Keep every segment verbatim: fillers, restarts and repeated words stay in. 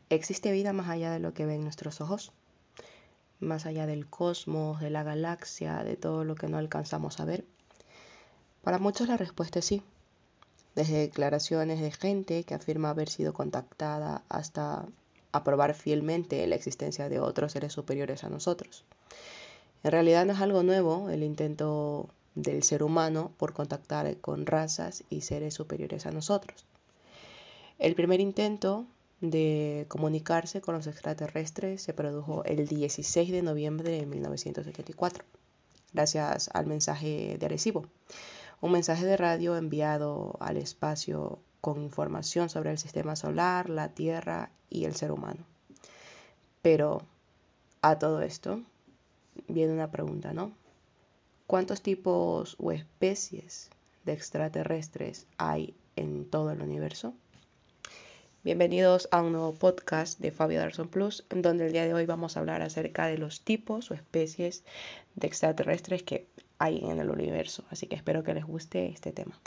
¿Existe vida más allá de lo que ven nuestros ojos? Más allá del cosmos, de la galaxia, de todo lo que no alcanzamos a ver. Para muchos la respuesta es sí. Desde declaraciones de gente que afirma haber sido contactada hasta aprobar fielmente la existencia de otros seres superiores a nosotros. En realidad no es algo nuevo el intento del ser humano por contactar con razas y seres superiores a nosotros. El primer intento de comunicarse con los extraterrestres se produjo el dieciséis de noviembre de mil novecientos setenta y cuatro, gracias al mensaje de Arecibo, un mensaje de radio enviado al espacio con información sobre el sistema solar, la Tierra y el ser humano. Pero a todo esto viene una pregunta, ¿no? ¿Cuántos tipos o especies de extraterrestres hay en todo el universo? Bienvenidos a un nuevo podcast de Fabio Darson Plus, en donde el día de hoy vamos a hablar acerca de los tipos o especies de extraterrestres que hay en el universo. Así que espero que les guste este tema.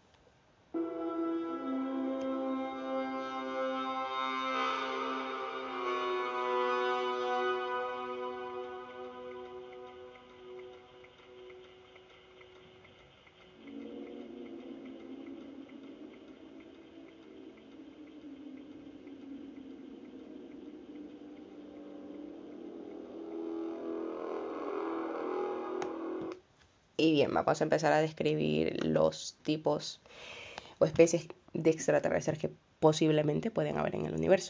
Y bien, vamos a empezar a describir los tipos o especies de extraterrestres que posiblemente pueden haber en el universo.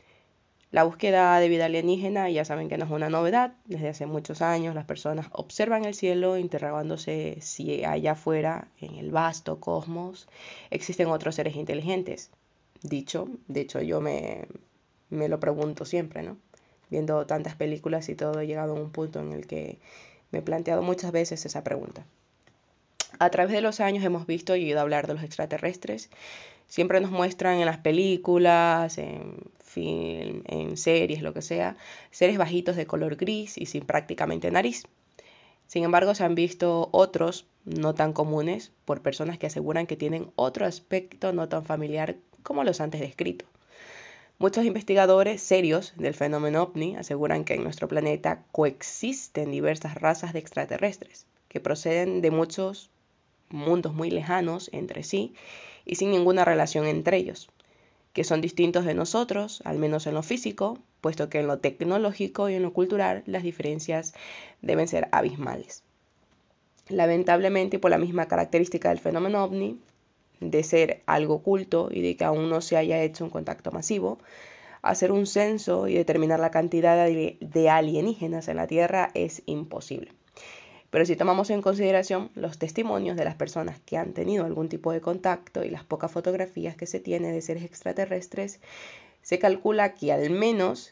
La búsqueda de vida alienígena ya saben que no es una novedad. Desde hace muchos años las personas observan el cielo interrogándose si allá afuera, en el vasto cosmos, existen otros seres inteligentes. Dicho, de hecho yo me, me lo pregunto siempre, ¿no? Viendo tantas películas y todo, he llegado a un punto en el que me he planteado muchas veces esa pregunta. A través de los años hemos visto y oído hablar de los extraterrestres. Siempre nos muestran en las películas, en film, en series, lo que sea, seres bajitos de color gris y sin prácticamente nariz. Sin embargo, se han visto otros no tan comunes por personas que aseguran que tienen otro aspecto no tan familiar como los antes descritos. Muchos investigadores serios del fenómeno ovni aseguran que en nuestro planeta coexisten diversas razas de extraterrestres que proceden de muchos mundos muy lejanos entre sí y sin ninguna relación entre ellos, que son distintos de nosotros, al menos en lo físico, puesto que en lo tecnológico y en lo cultural las diferencias deben ser abismales. Lamentablemente, por la misma característica del fenómeno ovni, de ser algo oculto y de que aún no se haya hecho un contacto masivo, hacer un censo y determinar la cantidad de alienígenas en la Tierra es imposible. Pero si tomamos en consideración los testimonios de las personas que han tenido algún tipo de contacto y las pocas fotografías que se tiene de seres extraterrestres, se calcula que al menos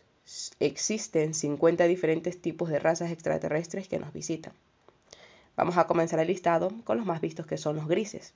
existen cincuenta diferentes tipos de razas extraterrestres que nos visitan. Vamos a comenzar el listado con los más vistos, que son los grises.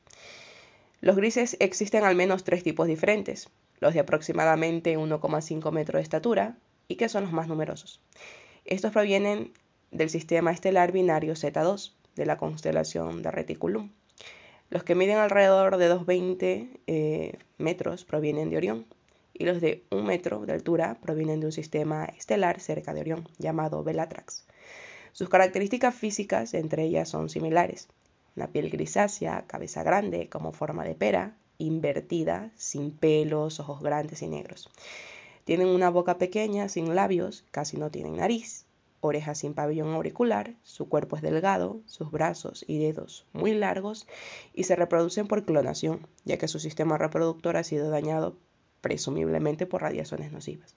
Los grises existen al menos tres tipos diferentes, los de aproximadamente uno coma cinco metros de estatura y que son los más numerosos. Estos provienen del sistema estelar binario Z dos de la constelación de Reticulum. Los que miden alrededor de doscientos veinte eh, metros provienen de Orión y los de un metro de altura provienen de un sistema estelar cerca de Orión llamado Bellatrix. Sus características físicas entre ellas son similares: una piel grisácea, cabeza grande como forma de pera, invertida, sin pelos, ojos grandes y negros. Tienen una boca pequeña, sin labios, casi no tienen nariz, orejas sin pabellón auricular, su cuerpo es delgado, sus brazos y dedos muy largos y se reproducen por clonación, ya que su sistema reproductor ha sido dañado presumiblemente por radiaciones nocivas.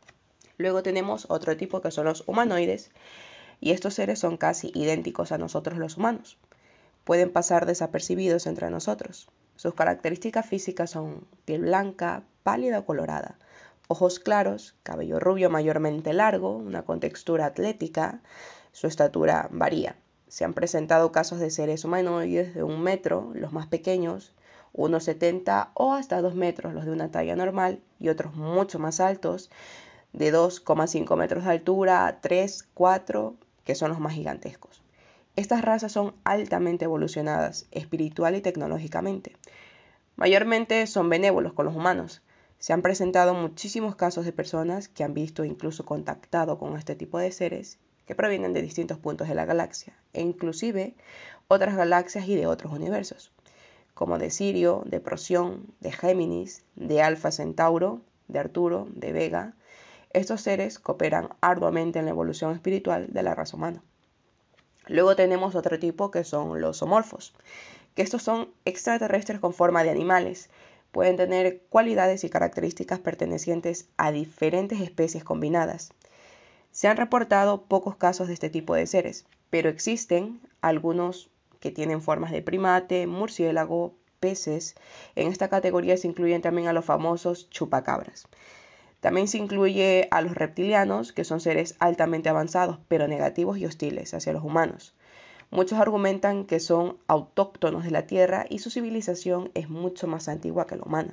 Luego tenemos otro tipo que son los humanoides, y estos seres son casi idénticos a nosotros los humanos. Pueden pasar desapercibidos entre nosotros. Sus características físicas son piel blanca, pálida o colorada, ojos claros, cabello rubio mayormente largo, una contextura atlética. Su estatura varía. Se han presentado casos de seres humanoides de un metro, los más pequeños, uno setenta o hasta dos metros, los de una talla normal, y otros mucho más altos, de dos coma cinco metros de altura, tres, cuatro, que son los más gigantescos. Estas razas son altamente evolucionadas, espiritual y tecnológicamente. Mayormente son benévolos con los humanos, Se han presentado muchísimos casos de personas que han visto e incluso contactado con este tipo de seres que provienen de distintos puntos de la galaxia e inclusive otras galaxias y de otros universos, como de Sirio, de Procyon, de Géminis, de Alfa Centauro, de Arturo, de Vega. Estos seres cooperan arduamente en la evolución espiritual de la raza humana. Luego tenemos otro tipo que son los zoomorfos, que estos son extraterrestres con forma de animales. Pueden tener cualidades y características pertenecientes a diferentes especies combinadas. Se han reportado pocos casos de este tipo de seres, pero existen algunos que tienen formas de primate, murciélago, peces. En esta categoría se incluyen también a los famosos chupacabras. También se incluye a los reptilianos, que son seres altamente avanzados, pero negativos y hostiles hacia los humanos. Muchos argumentan que son autóctonos de la Tierra y su civilización es mucho más antigua que la humana.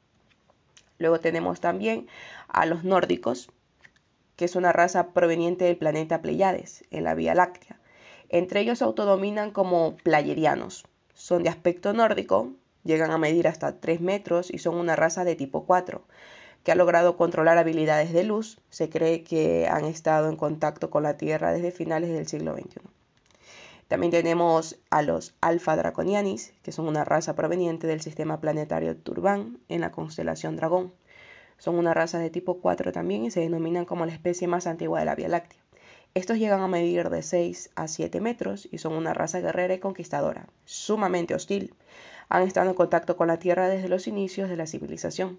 Luego tenemos también a los nórdicos, que es una raza proveniente del planeta Pleiades, en la Vía Láctea. Entre ellos se autodominan como playerianos. Son de aspecto nórdico, llegan a medir hasta tres metros y son una raza de tipo cuatro, que ha logrado controlar habilidades de luz. Se cree que han estado en contacto con la Tierra desde finales del siglo veintiuno. También tenemos a los Alpha Draconianis, que son una raza proveniente del sistema planetario Turban en la constelación Dragón. Son una raza de tipo cuatro también y se denominan como la especie más antigua de la Vía Láctea. Estos llegan a medir de seis a siete metros y son una raza guerrera y conquistadora, sumamente hostil. Han estado en contacto con la Tierra desde los inicios de la civilización.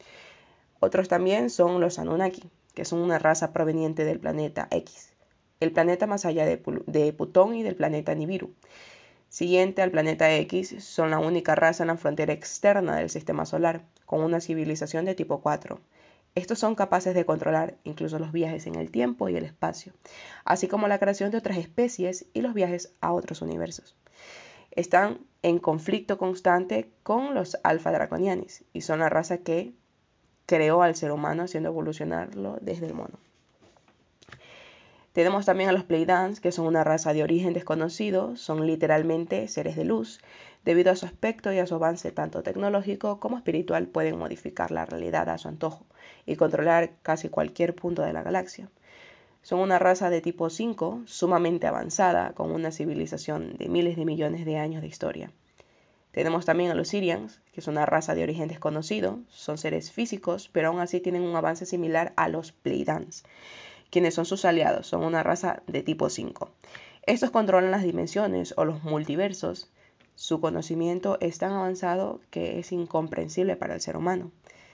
Otros también son los Anunnaki, que son una raza proveniente del planeta X, el planeta más allá de, de Plutón y del planeta Nibiru. Siguiente al planeta X, son la única raza en la frontera externa del sistema solar, con una civilización de tipo cuatro. Estos son capaces de controlar incluso los viajes en el tiempo y el espacio, así como la creación de otras especies y los viajes a otros universos. Están en conflicto constante con los Alpha Draconianis y son la raza que creó al ser humano haciendo evolucionarlo desde el mono. Tenemos también a los Pleiadians, que son una raza de origen desconocido, son literalmente seres de luz. Debido a su aspecto y a su avance tanto tecnológico como espiritual, pueden modificar la realidad a su antojo y controlar casi cualquier punto de la galaxia. Son una raza de tipo cinco, sumamente avanzada, con una civilización de miles de millones de años de historia. Tenemos también a los Sirians, que es una raza de origen desconocido, son seres físicos, pero aún así tienen un avance similar a los Pleiadians, quienes son sus aliados, son una raza de tipo cinco. Estos controlan las dimensiones o los multiversos. Su conocimiento es tan avanzado que es incomprensible para el ser humano.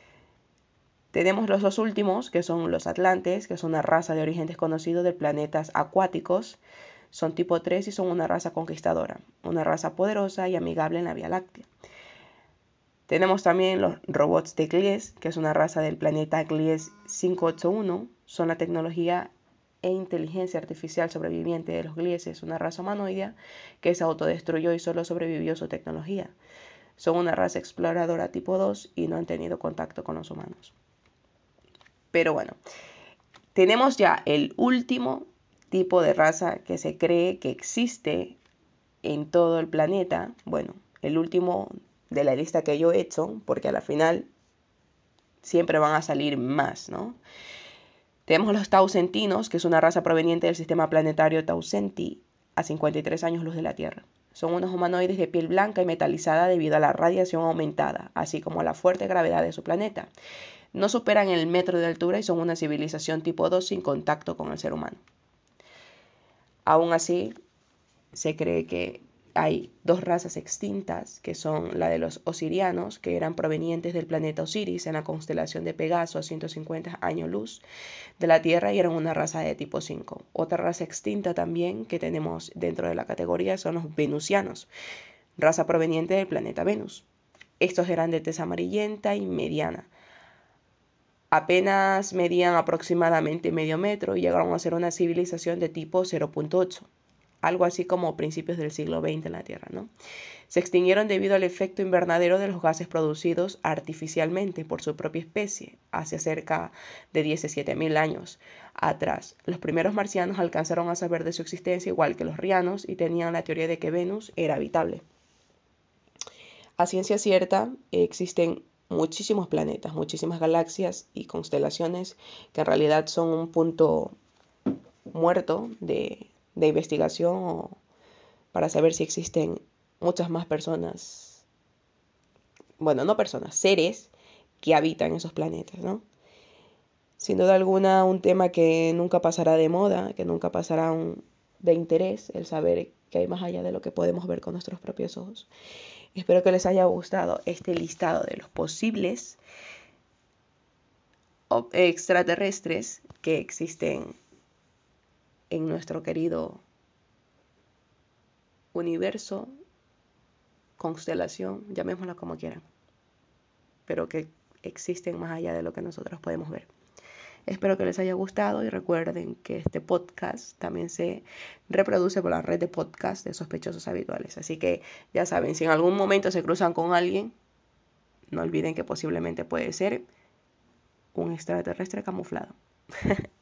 Tenemos los dos últimos, que son los Atlantes, que son una raza de origen desconocido de planetas acuáticos. Son tipo tres y son una raza conquistadora, una raza poderosa y amigable en la Vía Láctea. Tenemos también los robots de Gliese, que es una raza del planeta Gliese cinco ocho uno. Son la tecnología e inteligencia artificial sobreviviente de los Glieses, una raza humanoide que se autodestruyó y solo sobrevivió su tecnología. Son una raza exploradora tipo dos y no han tenido contacto con los humanos. Pero bueno, tenemos ya el último tipo de raza que se cree que existe en todo el planeta. Bueno, el último de la lista que yo he hecho, porque a la final siempre van a salir más, ¿no? Tenemos los Tausentinos, que es una raza proveniente del sistema planetario Tau Ceti, a cincuenta y tres años luz de la Tierra. Son unos humanoides de piel blanca y metalizada debido a la radiación aumentada, así como a la fuerte gravedad de su planeta. No superan el metro de altura y son una civilización tipo dos sin contacto con el ser humano. Aún así, se cree que hay dos razas extintas, que son la de los osirianos, que eran provenientes del planeta Osiris en la constelación de Pegaso a ciento cincuenta años luz de la Tierra y eran una raza de tipo cinco. Otra raza extinta también que tenemos dentro de la categoría son los venusianos, raza proveniente del planeta Venus. Estos eran de tez amarillenta y mediana. Apenas medían aproximadamente medio metro y llegaron a ser una civilización de tipo cero punto ocho. Algo así como principios del siglo veinte en la Tierra, ¿no? Se extinguieron debido al efecto invernadero de los gases producidos artificialmente por su propia especie hace cerca de diecisiete mil años atrás. Los primeros marcianos alcanzaron a saber de su existencia igual que los rianos y tenían la teoría de que Venus era habitable. A ciencia cierta, existen muchísimos planetas, muchísimas galaxias y constelaciones que en realidad son un punto muerto de, de investigación o para saber si existen muchas más personas, bueno, no personas, seres que habitan esos planetas, ¿no? Sin duda alguna, un tema que nunca pasará de moda, que nunca pasará un, de interés, el saber que hay más allá de lo que podemos ver con nuestros propios ojos. Espero que les haya gustado este listado de los posibles extraterrestres que existen en nuestro querido universo, constelación, llamémosla como quieran, pero que existen más allá de lo que nosotros podemos ver. Espero que les haya gustado y recuerden que este podcast también se reproduce por la red de podcast de sospechosos habituales. Así que ya saben, si en algún momento se cruzan con alguien, no olviden que posiblemente puede ser un extraterrestre camuflado.